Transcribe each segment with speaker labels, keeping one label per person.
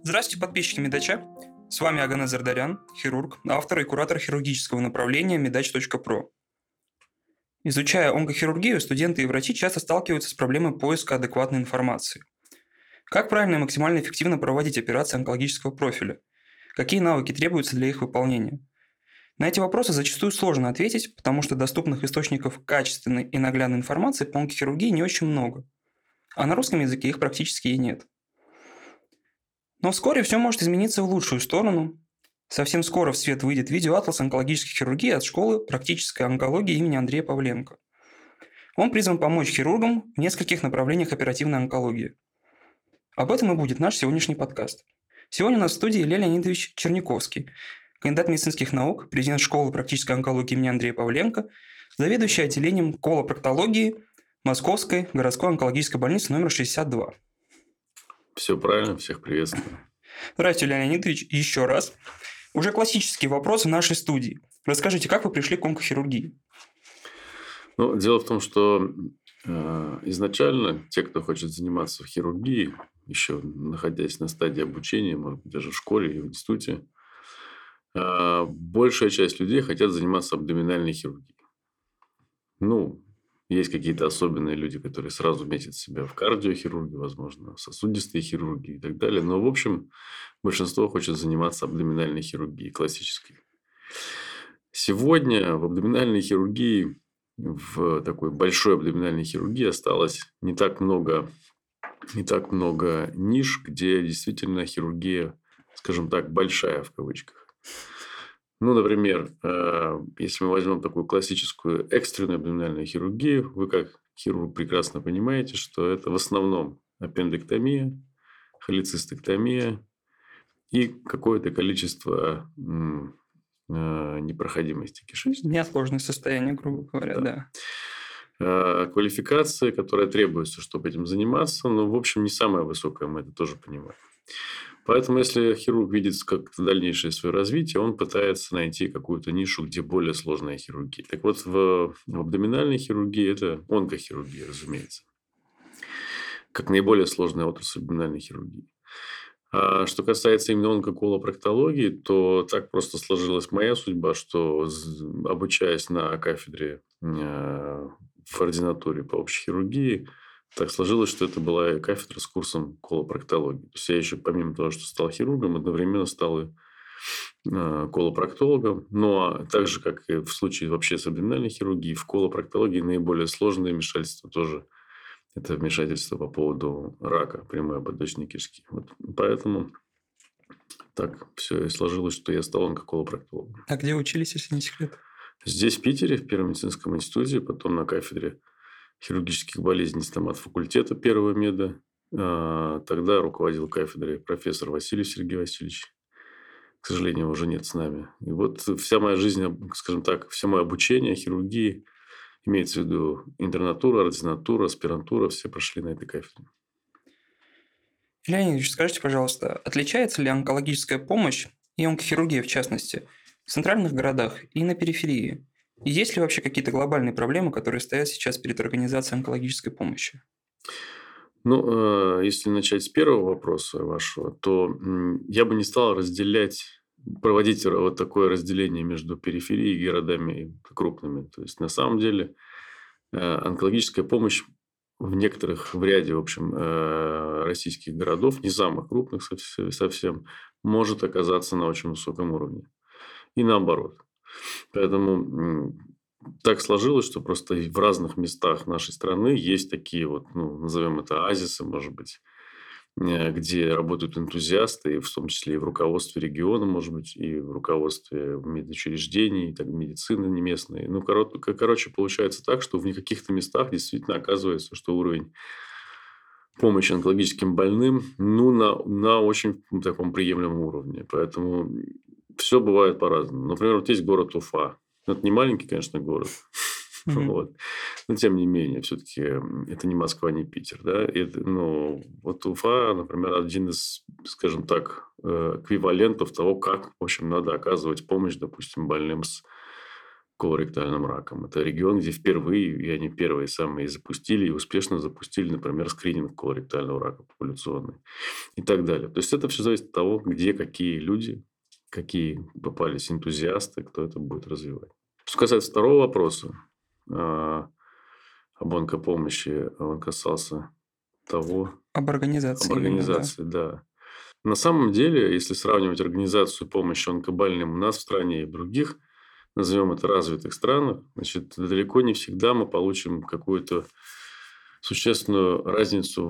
Speaker 1: Здравствуйте, подписчики Медача. С вами Аганез Зардарян, хирург, автор и куратор хирургического направления medaч.pro. Изучая онкохирургию, студенты и врачи часто сталкиваются с проблемой поиска адекватной информации. Как правильно и максимально эффективно проводить операции онкологического профиля? Какие навыки требуются для их выполнения? На эти вопросы зачастую сложно ответить, потому что доступных источников качественной и наглядной информации по онкохирургии не очень много. А на русском языке их практически и нет. Но вскоре все может измениться в лучшую сторону. Совсем скоро в свет выйдет видеоатлас онкологической хирургии от школы практической онкологии имени Андрея Павленко. Он призван помочь хирургам в нескольких направлениях оперативной онкологии. Об этом и будет наш сегодняшний подкаст. Сегодня у нас в студии Илья Леонидович Черниковский, кандидат медицинских наук, президент школы практической онкологии имени Андрея Павленко, заведующий отделением колопроктологии Московской городской онкологической больницы номер 62.
Speaker 2: Все правильно, всех приветствую.
Speaker 1: Здравствуйте, Илья Леонидович, еще раз. Уже классический вопрос в нашей студии. Расскажите, как вы пришли к онкохирургии?
Speaker 2: Дело в том, что изначально те, кто хочет заниматься хирургией, еще находясь на стадии обучения, может быть, даже в школе или в институте, большая часть людей хотят заниматься абдоминальной хирургией. Есть какие-то особенные люди, которые сразу метят себя в кардиохирургии, возможно, в сосудистой хирургии и так далее. Но, в общем, большинство хочет заниматься абдоминальной хирургией, классической. Сегодня в абдоминальной хирургии, в такой большой абдоминальной хирургии осталось не так много ниш, где действительно хирургия, скажем так, большая в кавычках. Например, если мы возьмем такую классическую экстренную абдоминальную хирургию, вы как хирург прекрасно понимаете, что это в основном аппендэктомия, холецистэктомия и какое-то количество непроходимости кишечника.
Speaker 1: Неотложное состояние, грубо говоря, да.
Speaker 2: Квалификация, которая требуется, чтобы этим заниматься, в общем, не самая высокая, мы это тоже понимаем. Поэтому, если хирург видит как-то дальнейшее свое развитие, он пытается найти какую-то нишу, где более сложная хирургия. Так вот, в абдоминальной хирургии это онкохирургия, разумеется, как наиболее сложная отрасль абдоминальной хирургии. А что касается именно онкоколопроктологии, то так просто сложилась моя судьба, что, обучаясь на кафедре в ординатуре по общей хирургии, так сложилось, что это была кафедра с курсом колопроктологии. То есть я еще, помимо того, что стал хирургом, одновременно стал и колопроктологом. Но так же, как и в случае вообще с абдоминальной хирургией, в колопроктологии наиболее сложные вмешательства тоже это вмешательство по поводу рака прямой ободочной кишки. Поэтому так все и сложилось, что я стал онкоколопроктологом.
Speaker 1: А где учились, если не секрет?
Speaker 2: Здесь, в Питере, в Первом медицинском институте, потом на кафедре хирургических болезней стомат-факультета первого меда. Тогда руководил кафедрой профессор Васильев Сергей Васильевич. К сожалению, его уже нет с нами. И вся моя жизнь, скажем так, все мое обучение хирургии, имеется в виду интернатура, ординатура, аспирантура, все прошли на этой кафедре.
Speaker 1: Илья Леонидович, скажите, пожалуйста, отличается ли онкологическая помощь и онкохирургия, в частности, в центральных городах и на периферии? И есть ли вообще какие-то глобальные проблемы, которые стоят сейчас перед организацией онкологической помощи?
Speaker 2: Если начать с первого вопроса вашего, то я бы не стал проводить вот такое разделение между периферией и городами крупными. То есть, на самом деле, онкологическая помощь в ряде, в общем, российских городов, не самых крупных совсем, может оказаться на очень высоком уровне. И наоборот. Поэтому так сложилось, что просто в разных местах нашей страны есть такие назовем это оазисы, может быть, где работают энтузиасты, в том числе и в руководстве региона, может быть, и в руководстве медучреждений, медицины не местной. Короче, получается так, что в каких-то местах действительно оказывается, что уровень помощи онкологическим больным на очень таком приемлемом уровне. Поэтому все бывает по-разному. Например, есть город Уфа. Это не маленький, конечно, город. Но, тем не менее, все-таки это не Москва, не Питер. Да? Уфа, например, один из, скажем так, эквивалентов того, как, в общем, надо оказывать помощь, допустим, больным с колоректальным раком. Это регион, где впервые, и они первые самые запустили и успешно запустили, например, скрининг колоректального рака популяционный и так далее. То есть это все зависит от того, где какие люди, какие попались энтузиасты, кто это будет развивать. Что касается второго вопроса об онкопомощи, он касался того,
Speaker 1: Об организации
Speaker 2: об
Speaker 1: именно, да.
Speaker 2: организации, да. На самом деле, если сравнивать организацию помощи онкобольным у нас в стране и в других, назовем это, развитых странах, значит, далеко не всегда мы получим какую-то существенную разницу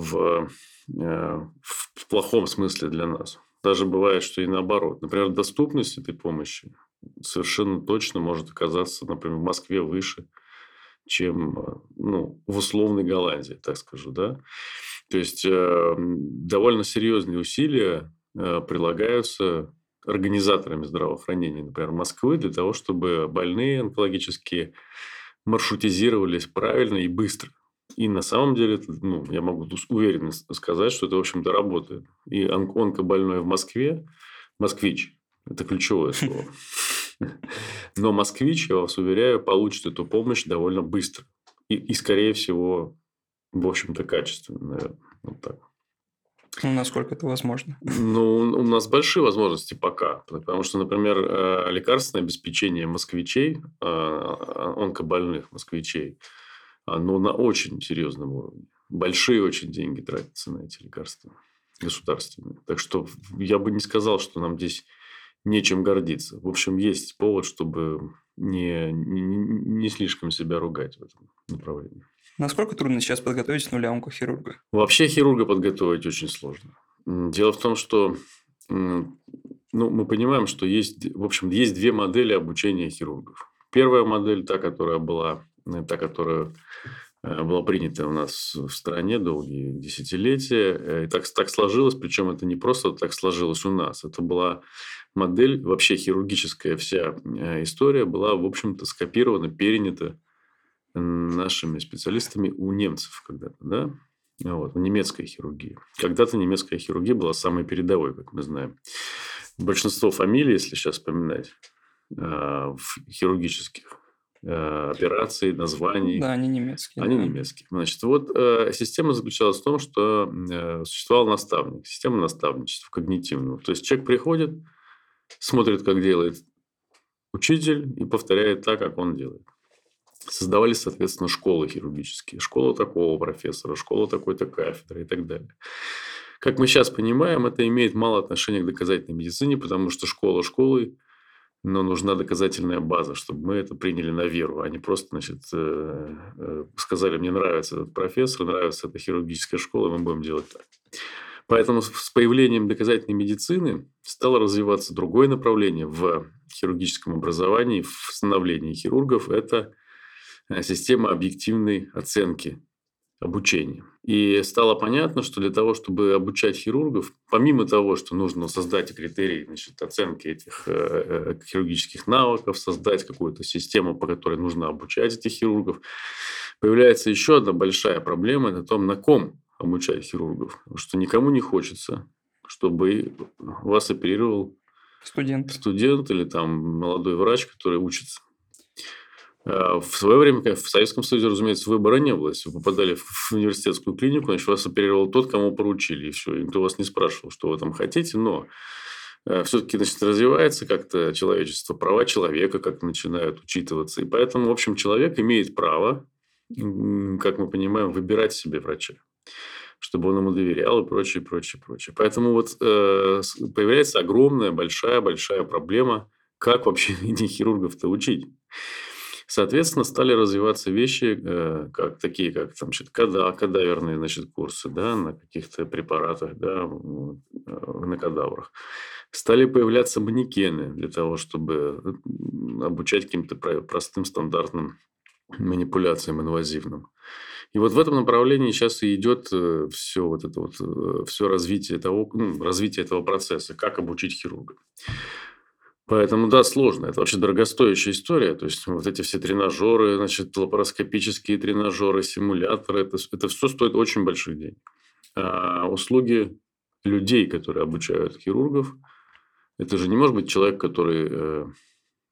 Speaker 2: в плохом смысле для нас. Даже бывает, что и наоборот. Например, доступность этой помощи совершенно точно может оказаться, например, в Москве выше, чем в условной Голландии, так скажу, да. То есть довольно серьезные усилия прилагаются организаторами здравоохранения, например, Москвы, для того, чтобы больные онкологические маршрутизировались правильно и быстро. И на самом деле, я могу уверенно сказать, что это, в общем-то, работает. И онкобольной в Москве, москвич, это ключевое слово. Но москвич, я вас уверяю, получит эту помощь довольно быстро. И скорее всего, в общем-то, качественно, наверное. Вот так.
Speaker 1: Насколько это возможно?
Speaker 2: У нас большие возможности пока. Потому что, например, лекарственное обеспечение москвичей, онкобольных москвичей, оно на очень серьезном уровне. Большие очень деньги тратятся на эти лекарства государственные. Так что я бы не сказал, что нам здесь нечем гордиться. В общем, есть повод, чтобы не слишком себя ругать в этом направлении.
Speaker 1: Насколько трудно сейчас подготовить с нуля онкохирурга?
Speaker 2: Вообще хирурга подготовить очень сложно. Дело в том, что мы понимаем, что есть две модели обучения хирургов. Первая модель, та, которая была принята у нас в стране долгие десятилетия. И так сложилось, причем это не просто так сложилось у нас. Это была модель, вообще хирургическая вся история была, в общем-то, скопирована, перенята нашими специалистами у немцев когда-то, да? В немецкой хирургии. Когда-то немецкая хирургия была самой передовой, как мы знаем. Большинство фамилий, если сейчас вспоминать, хирургических операций, названий.
Speaker 1: Да, они немецкие.
Speaker 2: Они
Speaker 1: да.
Speaker 2: немецкие. Значит, система заключалась в том, что существовал наставник. Система наставничества когнитивного. То есть, человек приходит, смотрит, как делает учитель, и повторяет так, как он делает. Создавались, соответственно, школы хирургические. Школа такого профессора, школа такой-то кафедры и так далее. Как мы сейчас понимаем, это имеет мало отношения к доказательной медицине, потому что школа школой, но нужна доказательная база, чтобы мы это приняли на веру, а не просто, сказали, мне нравится этот профессор, нравится эта хирургическая школа, мы будем делать так. Поэтому с появлением доказательной медицины стало развиваться другое направление в хирургическом образовании, в становлении хирургов – это система объективной оценки обучения. И стало понятно, что для того, чтобы обучать хирургов, помимо того, что нужно создать критерии оценки этих хирургических навыков, создать какую-то систему, по которой нужно обучать этих хирургов, появляется еще одна большая проблема – это том, на ком обучать хирургов. Потому что никому не хочется, чтобы вас оперировал студент или молодой врач, который учится. В свое время, в Советском Союзе, разумеется, выбора не было. Если вы попадали в университетскую клинику, значит, вас оперировал тот, кому поручили. И все. И никто вас не спрашивал, что вы там хотите. Но все-таки развивается как-то человечество, права человека как-то начинают учитываться. И поэтому, в общем, человек имеет право, как мы понимаем, выбирать себе врача, чтобы он ему доверял и прочее, прочее, прочее. Поэтому появляется огромная, большая проблема, как вообще хирургов-то учить. Соответственно, стали развиваться вещи, такие как кадаверные курсы, да, на каких-то препаратах, да, на кадаврах. Стали появляться манекены для того, чтобы обучать каким-то простым стандартным манипуляциям инвазивным. И в этом направлении сейчас и идет все развитие этого процесса, как обучить хирурга. Поэтому, да, сложно. Это вообще дорогостоящая история. То есть, эти все тренажеры, лапароскопические тренажеры, симуляторы, это все стоит очень больших денег. А услуги людей, которые обучают хирургов, это же не может быть человек, который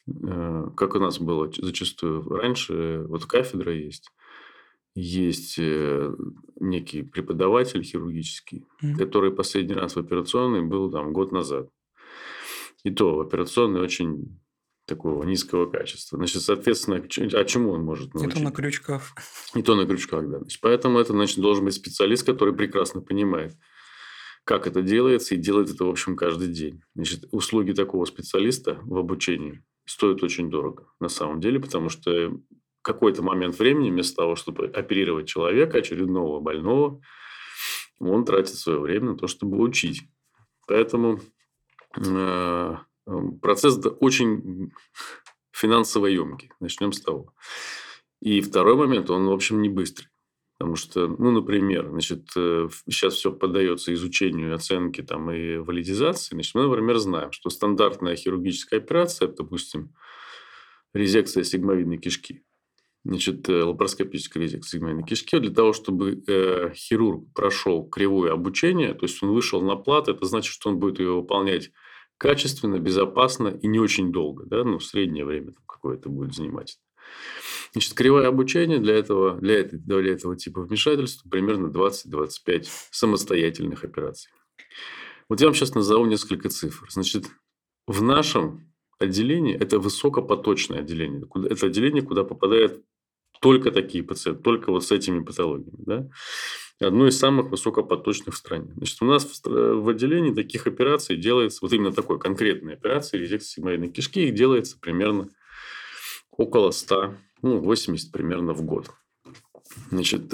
Speaker 2: как у нас было зачастую раньше, вот кафедра есть некий преподаватель хирургический,
Speaker 1: Мгм.
Speaker 2: который последний раз в операционной был там год назад. И то в операционной очень такого низкого качества. Значит, соответственно, чему он может
Speaker 1: И то на
Speaker 2: научить?
Speaker 1: крючках.
Speaker 2: Не то на крючках, да. Значит, поэтому это, значит, должен быть специалист, который прекрасно понимает, как это делается, и делает это, в общем, каждый день. Значит, услуги такого специалиста в обучении стоят очень дорого, на самом деле, потому что какой-то момент времени, вместо того, чтобы оперировать человека, очередного больного, он тратит свое время на то, чтобы учить. Поэтому э, процесс очень финансово емкий. Начнем с того. И второй момент, он, в общем, не быстрый. Потому что, ну, например, значит, сейчас все поддается изучению, оценке там, и валидизации. Значит, мы, например, знаем, что стандартная хирургическая операция, это, допустим, резекция сигмовидной кишки. Значит, лапароскопическая резекция сигмовидной кишки. Для того, чтобы хирург прошел кривое обучение, то есть он вышел на плат, это значит, что он будет ее выполнять качественно, безопасно и не очень долго. Да? Ну, в среднее время какое-то будет занимать. Значит, кривое обучение для этого типа вмешательства примерно 20-25 самостоятельных операций. Вот я вам сейчас назову несколько цифр. Значит, в нашем отделении это высокопоточное отделение. Это отделение, куда попадают только такие пациенты, только вот с этими патологиями. Да? Одно из самых высокопоточных в стране. Значит, у нас в отделении таких операций делается, вот именно такой конкретной операции, резекции сигмовидной кишки, их делается примерно около 100, ну, 80 примерно в год. Значит,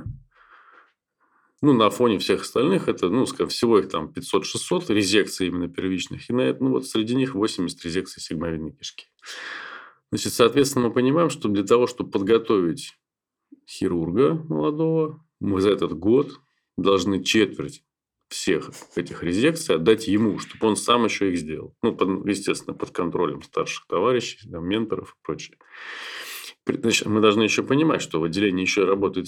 Speaker 2: ну, на фоне всех остальных, это, ну, скажем, всего их там 500-600 резекций именно первичных. И на это, ну, вот среди них 80 резекций сигмовидной кишки. Значит, соответственно, мы понимаем, что для того, чтобы подготовить хирурга молодого, мы за этот год должны четверть всех этих резекций отдать ему, чтобы он сам еще их сделал. Ну, естественно, под контролем старших товарищей, там, менторов и прочее. Значит, мы должны еще понимать, что в отделении еще работает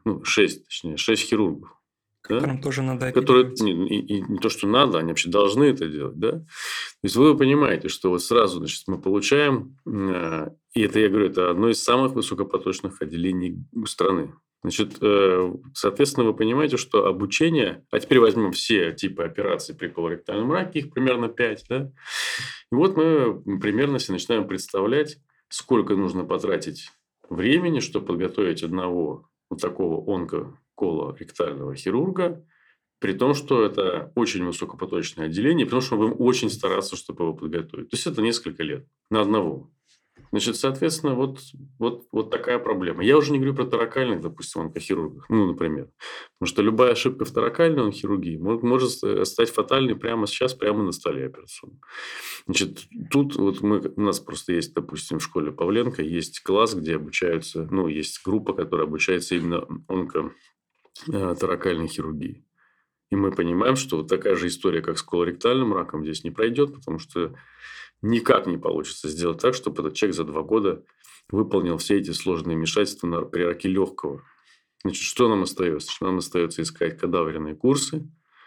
Speaker 2: 6 хирургов. Да?
Speaker 1: Которым тоже надо
Speaker 2: Которые
Speaker 1: оперировать.
Speaker 2: не то, что надо, они вообще должны это делать. Да? То есть, вы понимаете, что вот сразу, значит, мы получаем, и это, я говорю, это одно из самых высокопоточных отделений страны. Значит, соответственно, вы понимаете, что обучение... А теперь возьмем все типы операций при колоректальном раке, их примерно 5. Да? И вот мы примерно себе начинаем представлять, сколько нужно потратить времени, чтобы подготовить одного вот такого онкоколоректального хирурга, при том, что это очень высокопоточное отделение, потому что мы будем очень стараться, чтобы его подготовить. То есть, это несколько лет на одного. Значит, соответственно, вот такая проблема. Я уже не говорю про торакальных, допустим, онкохирургов, ну, например. Потому что любая ошибка в торакальной онкохирургии может стать фатальной прямо сейчас, прямо на столе операционной. Значит, тут вот у нас просто есть, допустим, в школе Павленко есть класс, где обучаются, ну, есть группа, которая обучается именно онкоторакальной хирургии. И мы понимаем, что вот такая же история, как с колоректальным раком, здесь не пройдет, потому что никак не получится сделать так, чтобы этот человек за 2 года выполнил все эти сложные вмешательства при раке легкого. Значит, что нам остается? Нам остается искать кадавренные курсы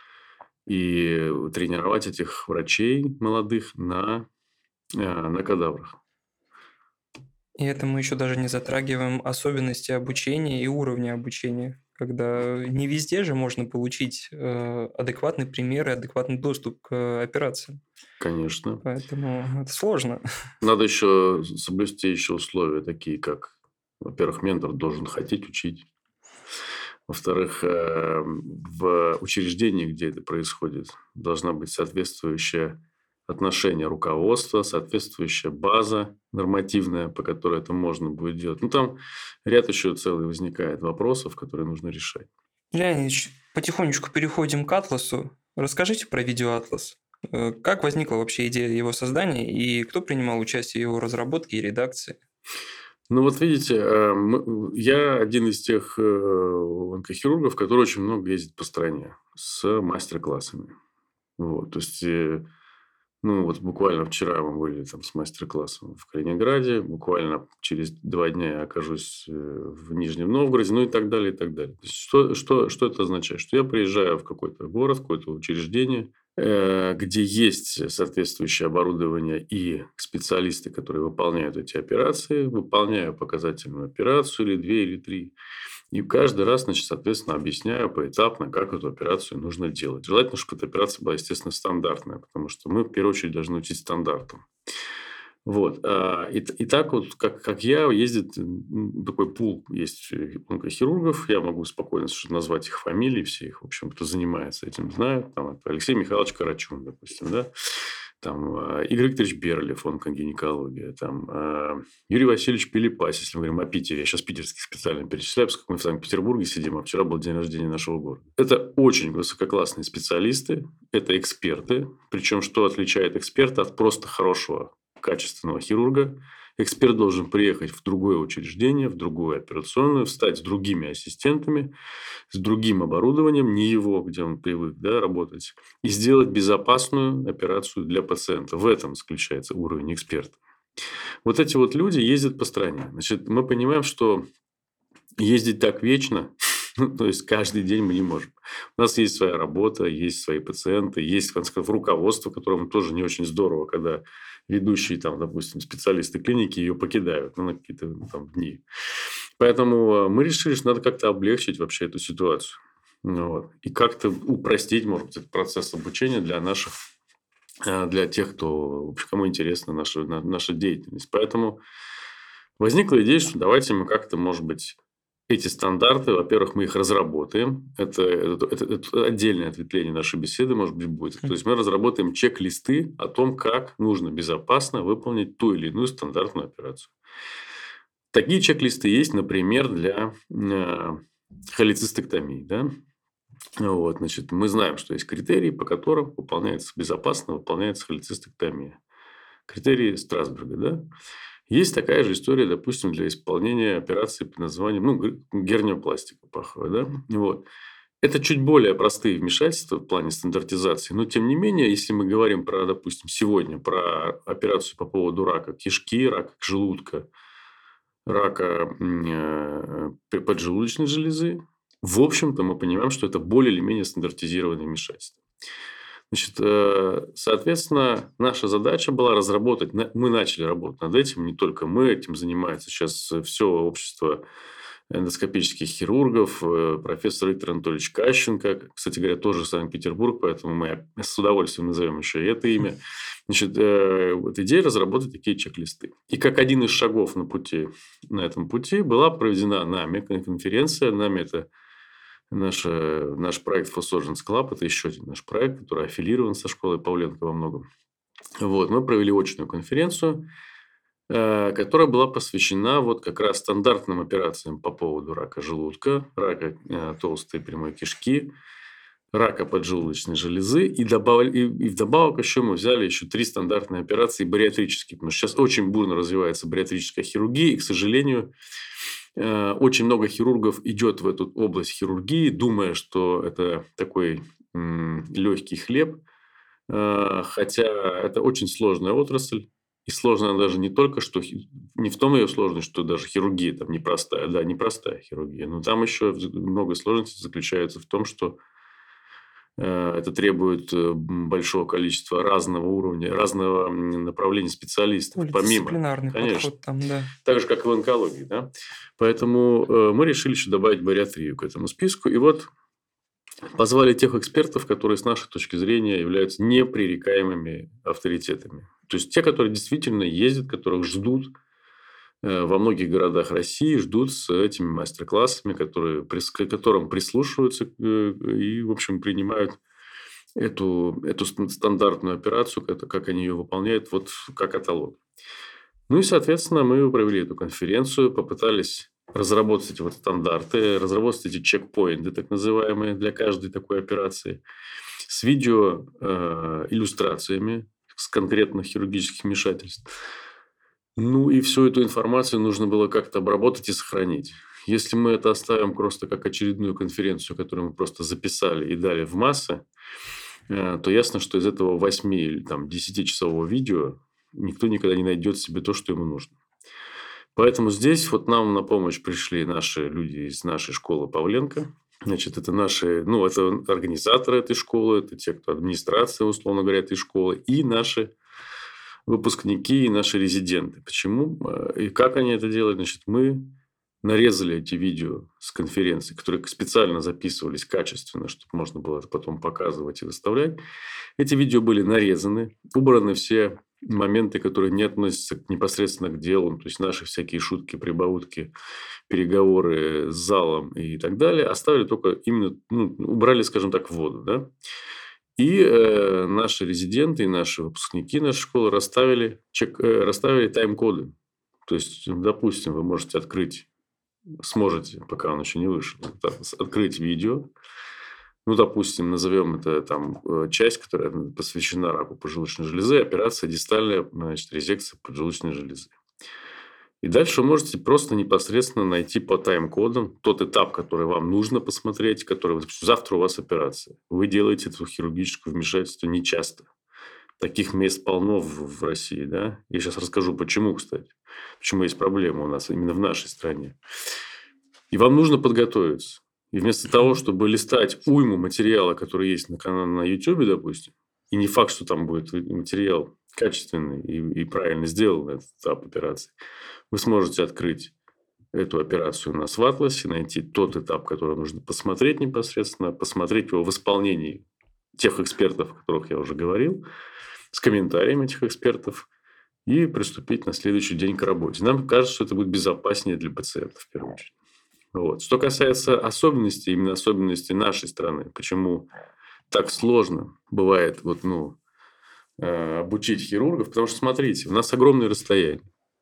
Speaker 2: и тренировать этих врачей молодых на кадаврах.
Speaker 1: И это мы еще даже не затрагиваем особенности обучения и уровня обучения, когда не везде же можно получить адекватный пример и адекватный доступ к операциям.
Speaker 2: Конечно.
Speaker 1: Поэтому это сложно.
Speaker 2: Надо еще соблюсти еще условия такие, как, во-первых, ментор должен хотеть учить. Во-вторых, в учреждении, где это происходит, должна быть соответствующее отношение руководства, соответствующая база нормативная, по которой это можно будет делать. Ну, там ряд еще целый возникает вопросов, которые нужно решать.
Speaker 1: Леонид Ильич, потихонечку переходим к Атласу. Расскажите про видеоатлас. Как возникла вообще идея его создания и кто принимал участие в его разработке и редакции?
Speaker 2: Ну, вот видите, я один из тех онкохирургов, который очень много ездит по стране с мастер-классами. Вот, то есть, ну, вот буквально вчера мы были там с мастер-классом в Калининграде, буквально через 2 дня я окажусь в Нижнем Новгороде, ну и так далее, и так далее. То есть, что это означает? Что я приезжаю в какой-то город, в какое-то учреждение, где есть соответствующее оборудование и специалисты, которые выполняют эти операции, выполняю показательную операцию или 2, или 3. И каждый раз, значит, соответственно, объясняю поэтапно, как эту операцию нужно делать. Желательно, чтобы эта операция была, естественно, стандартная, потому что мы, в первую очередь, должны учить стандартам. Вот. И так вот, как я, ездит такой пул, есть онкохирургов, я могу спокойно совершенно назвать их фамилии, все их, в общем, кто занимается этим, знают. Там, это Алексей Михайлович Карачун, допустим, да? Там Игорь Викторович Берлев, онкогинекология, там Юрий Васильевич Пилипась, если мы говорим о Питере. Я сейчас питерских специально перечисляю, поскольку мы в Санкт-Петербурге сидим, а вчера был день рождения нашего города. Это очень высококлассные специалисты, это эксперты. Причем, что отличает эксперта от просто хорошего качественного хирурга? Эксперт должен приехать в другое учреждение, в другую операционную, встать с другими ассистентами, с другим оборудованием, не его, где он привык, да, работать, и сделать безопасную операцию для пациента. В этом заключается уровень эксперта. Вот эти вот люди ездят по стране. Значит, мы понимаем, что ездить так вечно, ну, то есть каждый день мы не можем. У нас есть своя работа, есть свои пациенты, есть, в конце концов, руководство, которому тоже не очень здорово, когда ведущие, там, допустим, специалисты клиники ее покидают на какие-то там дни. Поэтому мы решили, что надо как-то облегчить вообще эту ситуацию. Вот. И как-то упростить, может быть, этот процесс обучения для наших, для тех, кто, в общем, кому интересна наша деятельность. Поэтому возникла идея, что давайте мы как-то, может быть, эти стандарты, во-первых, мы их разработаем. Это отдельное ответвление нашей беседы, может быть, будет. То есть мы разработаем чек-листы о том, как нужно безопасно выполнить ту или иную стандартную операцию. Такие чек-листы есть, например, для холецистектомии. Да? Вот, значит, мы знаем, что есть критерии, по которым безопасно выполняется холецистектомия. Критерии Страсберга. Да? Есть такая же история, допустим, для исполнения операции под названием герниопластика паховая. Да? Вот. Это чуть более простые вмешательства в плане стандартизации. Но, тем не менее, если мы говорим про, допустим, сегодня про операцию по поводу рака кишки, рака желудка, рака поджелудочной железы, в общем-то, мы понимаем, что это более или менее стандартизированное вмешательство. Значит, соответственно, наша задача была разработать, мы начали работать над этим, не только мы, этим занимается сейчас все общество эндоскопических хирургов, профессор Виктор Анатольевич Кащенко, кстати говоря, тоже Санкт-Петербург, поэтому мы с удовольствием назовем еще и это имя. Значит, вот идея разработать такие чек-листы. И как один из шагов на этом пути была проведена нами конференция. Нами это наш проект Photoscience Club. Это еще один наш проект, который аффилирован со школой Павленко во многом. Вот, мы провели очную конференцию, которая была посвящена вот как раз стандартным операциям по поводу рака желудка, рака толстой прямой кишки, рака поджелудочной железы. И вдобавок еще мы взяли еще 3 стандартные операции бариатрические. Потому что сейчас очень бурно развивается бариатрическая хирургия. И, к сожалению, очень много хирургов идет в эту область хирургии, думая, что это такой легкий хлеб. Хотя это очень сложная отрасль. И сложно она даже не только, что не в том ее сложность, что даже хирургия там непростая. Да, непростая хирургия. Но там еще много сложностей заключается в том, что это требует большого количества разного уровня, разного направления специалистов. Помимо, конечно,
Speaker 1: подход там, да.
Speaker 2: Так же, как и в онкологии. Да? Поэтому мы решили еще добавить бариатрию к этому списку. И вот позвали тех экспертов, которые с нашей точки зрения являются непререкаемыми авторитетами. То есть те, которые действительно ездят, которых ждут во многих городах России, ждут с этими мастер-классами, к которым прислушиваются и, в общем, принимают эту стандартную операцию, как они ее выполняют, вот как эталон. Ну и, соответственно, мы провели эту конференцию, попытались разработать эти вот стандарты, разработать эти чекпоинты, так называемые, для каждой такой операции, с видео иллюстрациями с конкретных хирургических вмешательств. Ну и всю эту информацию нужно было как-то обработать и сохранить. Если мы это оставим просто как очередную конференцию, которую мы просто записали и дали в массы, то ясно, что из этого 8 или 10-часового видео никто никогда не найдет себе то, что ему нужно. Поэтому здесь вот нам на помощь пришли наши люди из нашей школы Павленко. Значит, это наши, ну, это организаторы этой школы, это те, кто администрация, условно говоря, этой школы, и наши выпускники, и наши резиденты. Почему и как они это делают? Значит, мы нарезали эти видео с конференции, которые специально записывались качественно, чтобы можно было это потом показывать и выставлять. Эти видео были нарезаны, убраны все моменты, которые не относятся непосредственно к делу, то есть наши всякие шутки, прибаутки, переговоры с залом и так далее, оставили только именно, ну, убрали, скажем так, в воду, да. И наши резиденты и наши выпускники нашей школы расставили тайм-коды. То есть, допустим, вы можете открыть, сможете, пока он еще не вышел, открыть видео. Ну, допустим, назовем это там часть, которая посвящена раку поджелудочной железы, операция дистальная, значит, резекция поджелудочной железы. И дальше вы можете просто непосредственно найти по тайм-кодам тот этап, который вам нужно посмотреть, который завтра у вас операция. Вы делаете это хирургическое вмешательство нечасто. Таких мест полно в России, да. Я сейчас расскажу, почему, кстати. Почему есть проблема у нас именно в нашей стране. И вам нужно подготовиться. И вместо того, чтобы листать уйму материала, который есть на канале на YouTube, допустим, и не факт, что там будет материал качественный и правильно сделанный этот этап операции, вы сможете открыть эту операцию у нас в Атласе, найти тот этап, который нужно посмотреть непосредственно, посмотреть его в исполнении тех экспертов, о которых я уже говорил, с комментариями этих экспертов и приступить на следующий день к работе. Нам кажется, что это будет безопаснее для пациента в первую очередь. Вот. Что касается особенностей, именно особенностей нашей страны, почему так сложно бывает обучить хирургов, потому что, смотрите, у нас огромное расстояние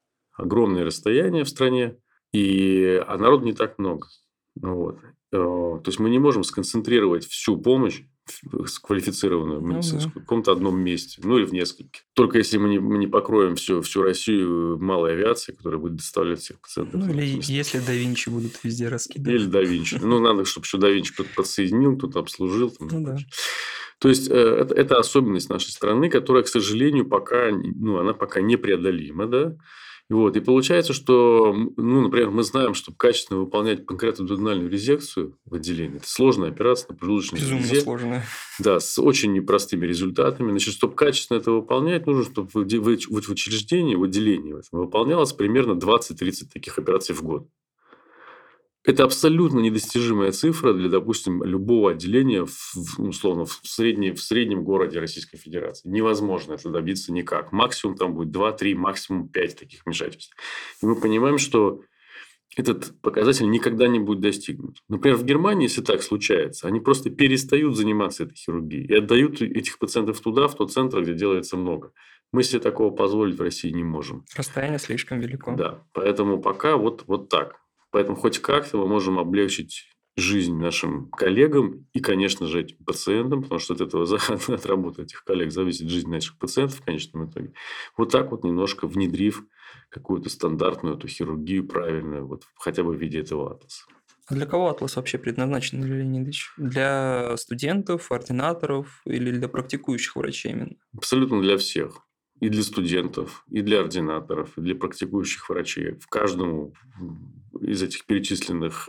Speaker 2: в стране, а народу не так много. Вот. То есть, мы не можем сконцентрировать всю помощь квалифицированную медицинскую в каком-то одном месте, ну или в нескольких. Только если мы не покроем всю Россию малой авиацией, которая будет доставлять всех пациентов.
Speaker 1: Ну, или если да Винчи будут везде раскидывать.
Speaker 2: Или да Винчи. Ну, надо, чтобы еще да Винчи кто-то подсоединил, кто-то обслужил.
Speaker 1: Да.
Speaker 2: То есть, это особенность нашей страны, которая, к сожалению, она пока непреодолима, да. И получается, что, например, мы знаем, чтобы качественно выполнять панкреатоденальную резекцию в отделении, это сложная операция на поджелудочной железе.
Speaker 1: Безумно сложная.
Speaker 2: Да, с очень непростыми результатами. Значит, чтобы качественно это выполнять, нужно, чтобы в учреждении, в отделении выполнялось примерно 20-30 таких операций в год. Это абсолютно недостижимая цифра для, допустим, любого отделения условно в среднем городе Российской Федерации. Невозможно это добиться никак. Максимум там будет 2-3, максимум 5 таких вмешательств. И мы понимаем, что этот показатель никогда не будет достигнут. Например, в Германии, если так случается, они просто перестают заниматься этой хирургией и отдают этих пациентов туда, в тот центр, где делается много. Мы себе такого позволить в России не можем.
Speaker 1: Расстояние слишком велико.
Speaker 2: Да, поэтому пока вот так. Поэтому хоть как-то мы можем облегчить жизнь нашим коллегам и, конечно же, этим пациентам, потому что от этого, от работы этих коллег зависит жизнь наших пациентов в конечном итоге. Вот так вот немножко внедрив какую-то стандартную эту хирургию правильную, хотя бы в виде этого атласа.
Speaker 1: А для кого атлас вообще предназначен, Юрий Леонидович? Для студентов, ординаторов или для практикующих врачей именно?
Speaker 2: Абсолютно для всех. И для студентов, и для ординаторов, и для практикующих врачей. В каждом из этих перечисленных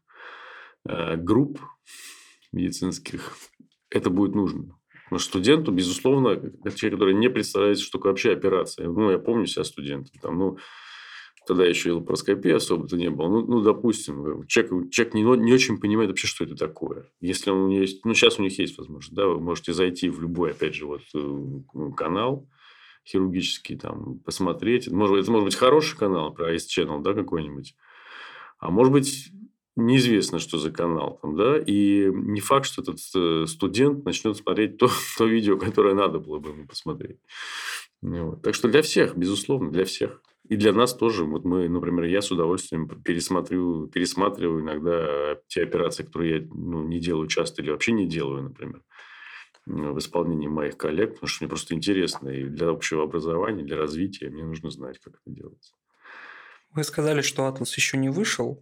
Speaker 2: групп медицинских это будет нужно. Но студенту, безусловно, человек, который не представляет, что такое вообще операция. Я помню себя студентом. Тогда еще и лапароскопии особо-то не было. Допустим, человек не очень понимает вообще, что это такое. Если он есть... сейчас у них есть возможность. Да, вы можете зайти в любой, опять же, канал хирургический, посмотреть. Это может быть хороший канал, про Ice Channel, да, какой-нибудь. А может быть, неизвестно, что за канал. И не факт, что этот студент начнет смотреть то видео, которое надо было бы ему посмотреть. Так что для всех, безусловно, для всех. И для нас тоже. Мы, например, я с удовольствием пересматриваю иногда те операции, которые я не делаю часто или вообще не делаю, например, в исполнении моих коллег, потому что мне просто интересно. И для общего образования, для развития мне нужно знать, как это делается.
Speaker 1: Вы сказали, что атлас еще не вышел,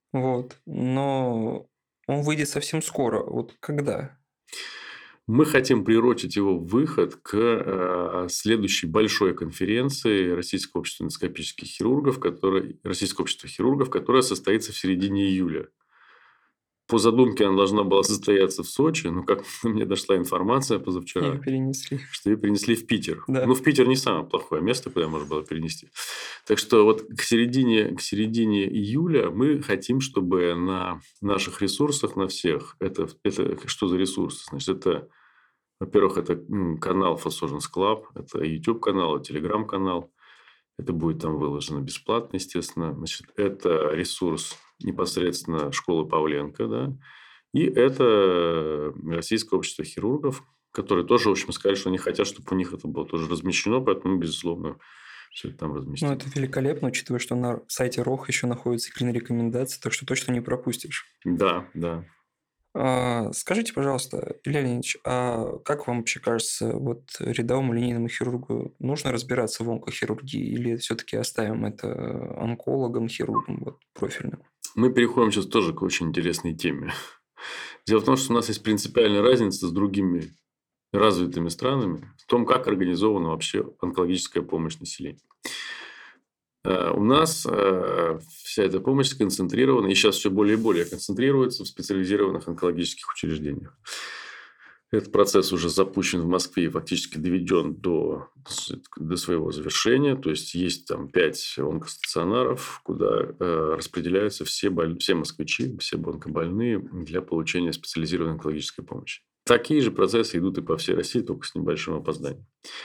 Speaker 1: но он выйдет совсем скоро. Когда?
Speaker 2: Мы хотим приурочить его выход к следующей большой конференции Российского общества эндоскопических хирургов, которая состоится в середине июля. по задумке она должна была состояться в Сочи, но как мне дошла информация
Speaker 1: Ее
Speaker 2: позавчера,
Speaker 1: перенесли.
Speaker 2: что ее перенесли в Питер.
Speaker 1: Да.
Speaker 2: Ну, в Питер не самое плохое место, куда можно было перенести. Так что вот к середине июля мы хотим, чтобы на наших ресурсах, на всех, это что за ресурсы? Значит, это, во-первых, это канал Фасоженс Club, это YouTube-канал, Telegram-канал. Это будет там выложено бесплатно, естественно. Значит, это ресурс непосредственно школы Павленко, да. И это Российское общество хирургов, которые тоже, в общем, сказали, что они хотят, чтобы у них это было тоже размещено, поэтому, безусловно, все это там
Speaker 1: Ну,
Speaker 2: разместим.
Speaker 1: это великолепно, учитывая, что на сайте РОХ еще находятся клин-рекомендации, так что точно не пропустишь.
Speaker 2: Да, да.
Speaker 1: Скажите, пожалуйста, Илья Леонидович, а как вам вообще кажется, вот рядовому линейному хирургу нужно разбираться в онкохирургии или все-таки оставим это онкологам, хирургам вот, профильным?
Speaker 2: Мы переходим сейчас тоже к очень интересной теме. Дело в том, что у нас есть принципиальная разница с другими развитыми странами в том, как организована вообще онкологическая помощь населению. У нас вся эта помощь сконцентрирована, и сейчас все более и более концентрируется в специализированных онкологических учреждениях. Этот процесс уже запущен в Москве и фактически доведен до своего завершения. То есть, есть там 5 онкостационаров, куда распределяются все москвичи, все онкобольные для получения специализированной онкологической помощи. Такие же процессы идут и по всей России, только с небольшим опозданием.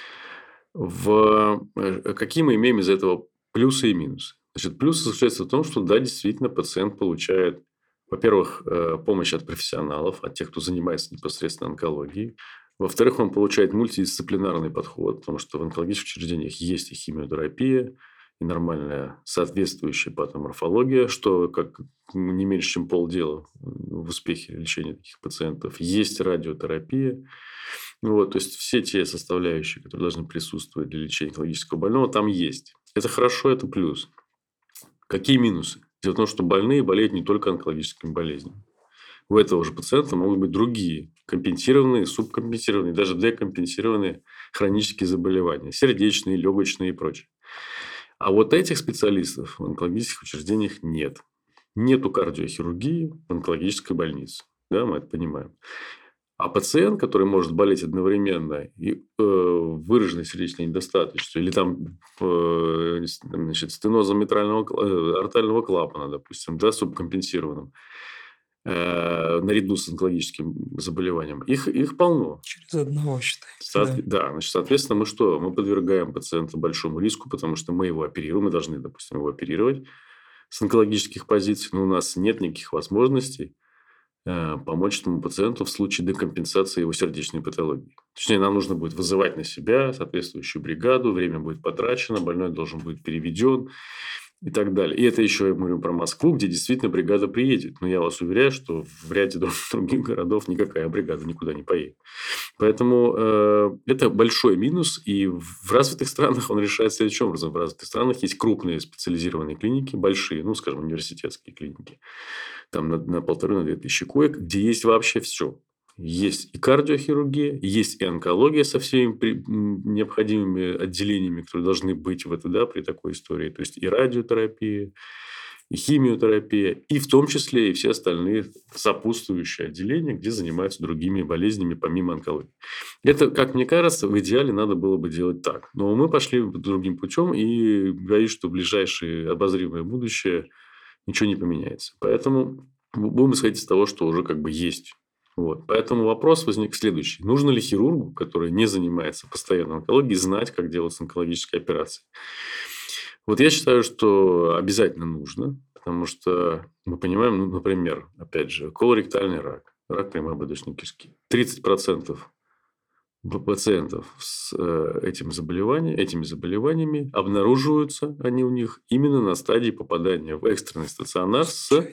Speaker 2: Какие мы имеем из этого плюсы и минусы? Значит, плюсы заключаются в том, что да, действительно, пациент получает, во-первых, помощь от профессионалов, от тех, кто занимается непосредственно онкологией. Во-вторых, он получает мультидисциплинарный подход, потому что в онкологических учреждениях есть и химиотерапия, и нормальная соответствующая патоморфология, что как не меньше, чем полдела в успехе лечения таких пациентов. Есть радиотерапия. Вот, то есть, все те составляющие, которые должны присутствовать для лечения онкологического больного, там есть. Это хорошо, это плюс. Какие минусы? Дело в том, что больные болеют не только онкологическими болезнями. У этого же пациента могут быть другие компенсированные, субкомпенсированные, даже декомпенсированные хронические заболевания. Сердечные, легочные и прочее. А вот этих специалистов в онкологических учреждениях нет. Нету кардиохирургии в онкологической больнице. Да, мы это понимаем. А пациент, который может болеть одновременно и выраженной сердечной недостаточностью, или там стенозом артального клапана, допустим, да, субкомпенсированным, наряду с онкологическим заболеванием, их полно.
Speaker 1: Через одного, считай.
Speaker 2: Да, значит, соответственно, мы что? Мы подвергаем пациента большому риску, потому что мы его оперируем, мы должны, допустим, его оперировать с онкологических позиций, но у нас нет никаких возможностей помочь этому пациенту в случае декомпенсации его сердечной патологии. Точнее, нам нужно будет вызывать на себя соответствующую бригаду, время будет потрачено, больной должен быть переведен и так далее. И это еще я говорю про Москву, где действительно бригада приедет. Но я вас уверяю, что в ряде других городов никакая бригада никуда не поедет. Поэтому это большой минус. И в развитых странах он решается следующим образом. В развитых странах есть крупные специализированные клиники, большие, ну, скажем, университетские клиники. Там на 1,5-2 тысячи коек, где есть вообще все. Есть и кардиохирургия, есть и онкология со всеми необходимыми отделениями, которые должны быть при такой истории. То есть, и радиотерапия, и химиотерапия, и в том числе и все остальные сопутствующие отделения, где занимаются другими болезнями помимо онкологии. Это, как мне кажется, в идеале надо было бы делать так. Но мы пошли другим путем и боюсь, что в ближайшее обозримое будущее ничего не поменяется. Поэтому будем исходить из того, что уже как бы есть. Вот. Поэтому вопрос возник следующий. Нужно ли хирургу, который не занимается постоянно онкологией, знать, как делаться онкологические операции? Вот я считаю, что обязательно нужно, потому что мы понимаем, например, опять же, колоректальный рак, рак прямой ободочной кишки. 30% пациентов с этими заболеваниями обнаруживаются они у них именно на стадии попадания в экстренный стационар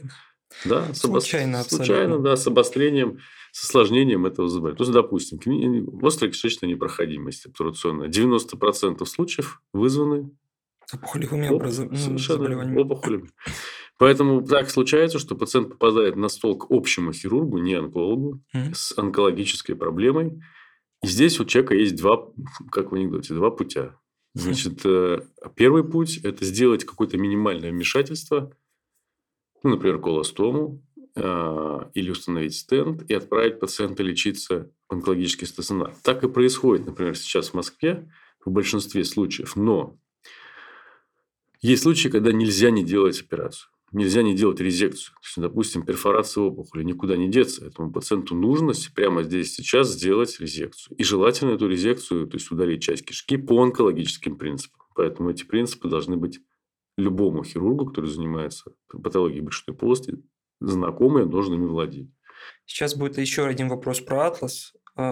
Speaker 2: случайно, да, с обострением, с осложнением этого заболевания. То есть, допустим, острая кишечная непроходимость обтурационная. 90% случаев вызваны
Speaker 1: опухолевыми заболеваниями.
Speaker 2: Опухолями. Поэтому так случается, что пациент попадает на стол к общему хирургу, не онкологу, с онкологической проблемой. И здесь у человека есть как в анекдоте, два путя. Значит, первый путь – это сделать какое-то минимальное вмешательство, например, колостому, или установить стенд и отправить пациента лечиться в онкологический стационар. Так и происходит, например, сейчас в Москве в большинстве случаев. Но есть случаи, когда нельзя не делать операцию. Нельзя не делать резекцию. То есть, допустим, перфорация опухоли. Никуда не деться. Этому пациенту нужно прямо здесь сейчас сделать резекцию. И желательно эту резекцию, то есть удалить часть кишки по онкологическим принципам. Поэтому эти принципы должны быть любому хирургу, который занимается патологией брюшной полости, знакомый, он должен ими владеть.
Speaker 1: Сейчас будет еще один вопрос про Атлас.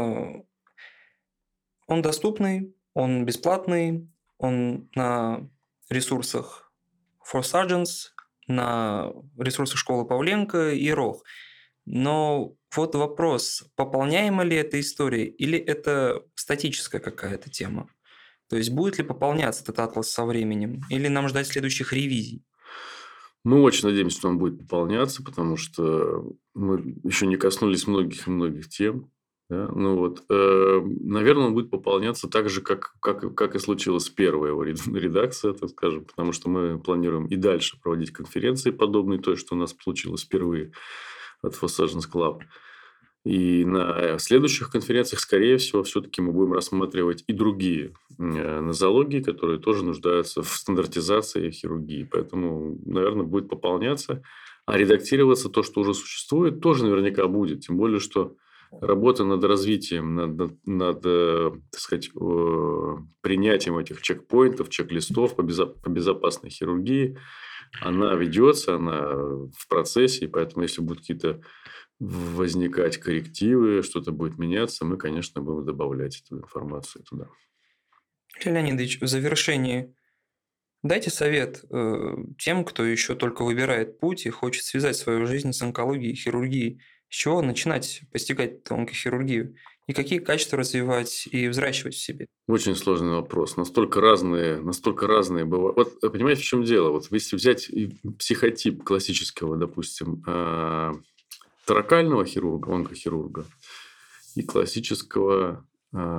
Speaker 1: Он доступный, он бесплатный, он на ресурсах For Surgeons, на ресурсах школы Павленко и РОХ. Но вот вопрос, пополняема ли эта история или это статическая какая-то тема? То есть будет ли пополняться этот атлас со временем или нам ждать следующих ревизий?
Speaker 2: Мы очень надеемся, что он будет пополняться, потому что мы еще не коснулись многих и многих тем. Да? Наверное, он будет пополняться так же, как и случилось первая его редакция, так скажем, потому что мы планируем и дальше проводить конференции, подобные той, что у нас случилось впервые от Fosagens Club. И на следующих конференциях, скорее всего, все-таки мы будем рассматривать и другие нозологии, которые тоже нуждаются в стандартизации хирургии. Поэтому, наверное, будет пополняться. А редактироваться то, что уже существует, тоже наверняка будет. Тем более, что работа над развитием, над так сказать, принятием этих чекпоинтов, чек-листов по безопасной хирургии, она ведется, она в процессе. И поэтому, если будут какие-то возникать коррективы, что-то будет меняться, мы, конечно, будем добавлять эту информацию туда.
Speaker 1: Леонид Ильич, в завершении дайте совет тем, кто еще только выбирает путь и хочет связать свою жизнь с онкологией и хирургией. С чего начинать постигать эту онкохирургию? И какие качества развивать и взращивать в себе?
Speaker 2: Очень сложный вопрос. Настолько разные бывают. Вот понимаете, в чем дело? Вот если взять психотип классического, допустим, торакального хирурга, онкохирурга и классического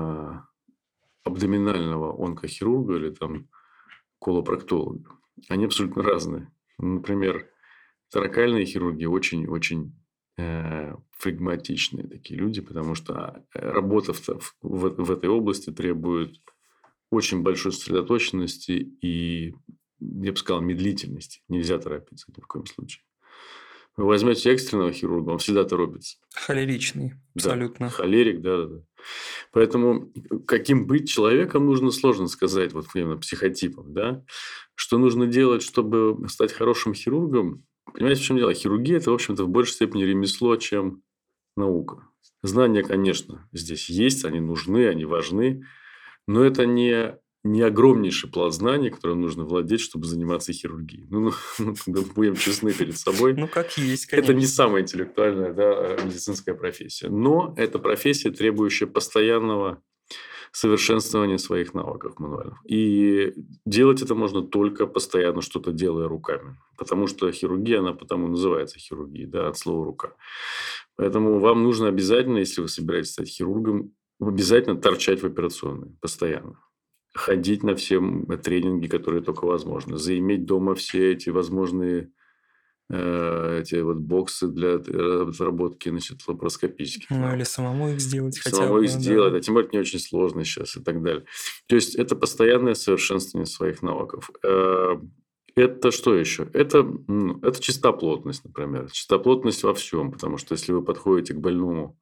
Speaker 2: абдоминального онкохирурга или там колопроктолога. Они абсолютно разные. Например, торакальные хирурги очень-очень флегматичные такие люди, потому что работа в этой области требует очень большой сосредоточенности и, я бы сказал, медлительности. Нельзя торопиться ни в коем случае. Вы возьмете экстренного хирурга, он всегда торопится.
Speaker 1: Холеричный, абсолютно.
Speaker 2: Да, холерик, да. Поэтому каким быть человеком нужно сложно сказать, вот именно психотипом, да. Что нужно делать, чтобы стать хорошим хирургом? Понимаете, в чем дело? Хирургия – это, в общем-то, в большей степени ремесло, чем наука. Знания, конечно, здесь есть, они нужны, они важны, но это не огромнейший пласт знаний, которым нужно владеть, чтобы заниматься хирургией. Будем честны перед собой.
Speaker 1: Как есть, конечно.
Speaker 2: Это не самая интеллектуальная медицинская профессия. Но это профессия, требующая постоянного совершенствования своих навыков мануальных. И делать это можно только постоянно что-то делая руками. Потому что хирургия, она потому называется хирургией, да, от слова «рука». Поэтому вам нужно обязательно, если вы собираетесь стать хирургом, обязательно торчать в операционной постоянно. Ходить на все тренинги, которые только возможно. Заиметь дома все эти возможные эти вот боксы для разработки, лапароскопических.
Speaker 1: Или самому их сделать хотя бы.
Speaker 2: Самому их сделать, а тем более не очень сложно сейчас и так далее. То есть, это постоянное совершенствование своих навыков. Это что еще? Это чистоплотность, например. Чистоплотность во всем. Потому что, если вы подходите к больному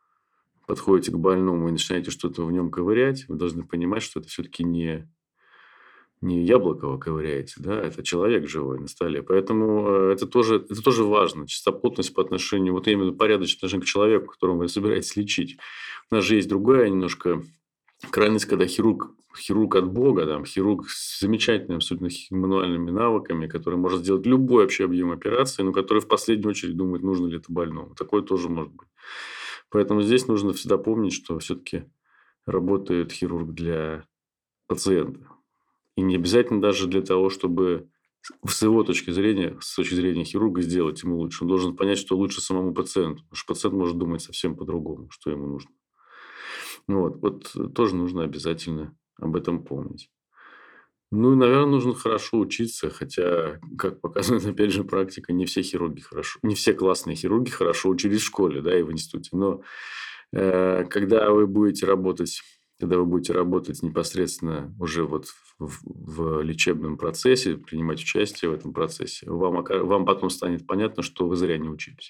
Speaker 2: и начинаете что-то в нем ковырять, вы должны понимать, что это все-таки не яблоко вы ковыряете, да, это человек живой на столе. Поэтому это тоже важно. Чистоплотность по отношению, вот именно порядочное отношение к человеку, которого вы собираетесь лечить. У нас же есть другая немножко крайность, когда хирург от Бога, там, хирург с замечательными абсолютно мануальными навыками, который может сделать любой вообще объем операции, но который в последнюю очередь думает, нужно ли это больному. Такое тоже может быть. Поэтому здесь нужно всегда помнить, что все-таки работает хирург для пациента. И не обязательно даже для того, чтобы с его точки зрения, с точки зрения хирурга, сделать ему лучше. Он должен понять, что лучше самому пациенту. Потому что пациент может думать совсем по-другому, что ему нужно. Вот тоже нужно обязательно об этом помнить. Ну, наверное, нужно хорошо учиться, хотя, как показывает, опять же, практика, не все хирурги хорошо, не все классные хирурги хорошо учились в школе, да, и в институте. Но когда вы будете работать непосредственно уже вот в лечебном процессе, принимать участие в этом процессе, вам потом станет понятно, что вы зря не учились.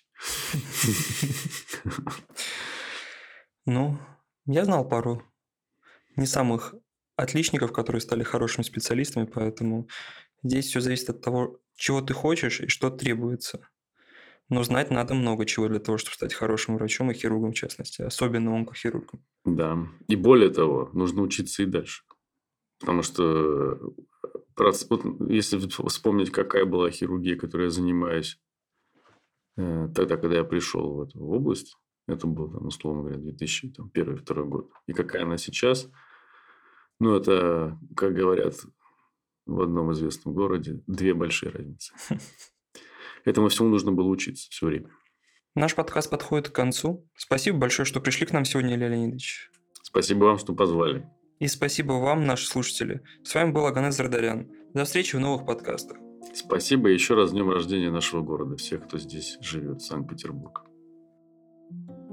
Speaker 1: Ну, я знал пару не самых отличников, которые стали хорошими специалистами, поэтому здесь все зависит от того, чего ты хочешь и что требуется. Но знать надо много чего для того, чтобы стать хорошим врачом и хирургом в частности, особенно онкохирургом.
Speaker 2: Да. И более того, нужно учиться и дальше. Потому что вот если вспомнить, какая была хирургия, которой я занимаюсь тогда, когда я пришел в эту область, это был, там, условно говоря, 2001-2002 год. И какая она сейчас, ну, это, как говорят в одном известном городе, две большие разницы. Этому всему нужно было учиться все время.
Speaker 1: Наш подкаст подходит к концу. Спасибо большое, что пришли к нам сегодня, Илья Леонидович.
Speaker 2: Спасибо вам, что позвали.
Speaker 1: И спасибо вам, наши слушатели. С вами был Аганес Зардарян. До встречи в новых подкастах.
Speaker 2: Спасибо еще раз с днем рождения нашего города, всех, кто здесь живет, Санкт-Петербург.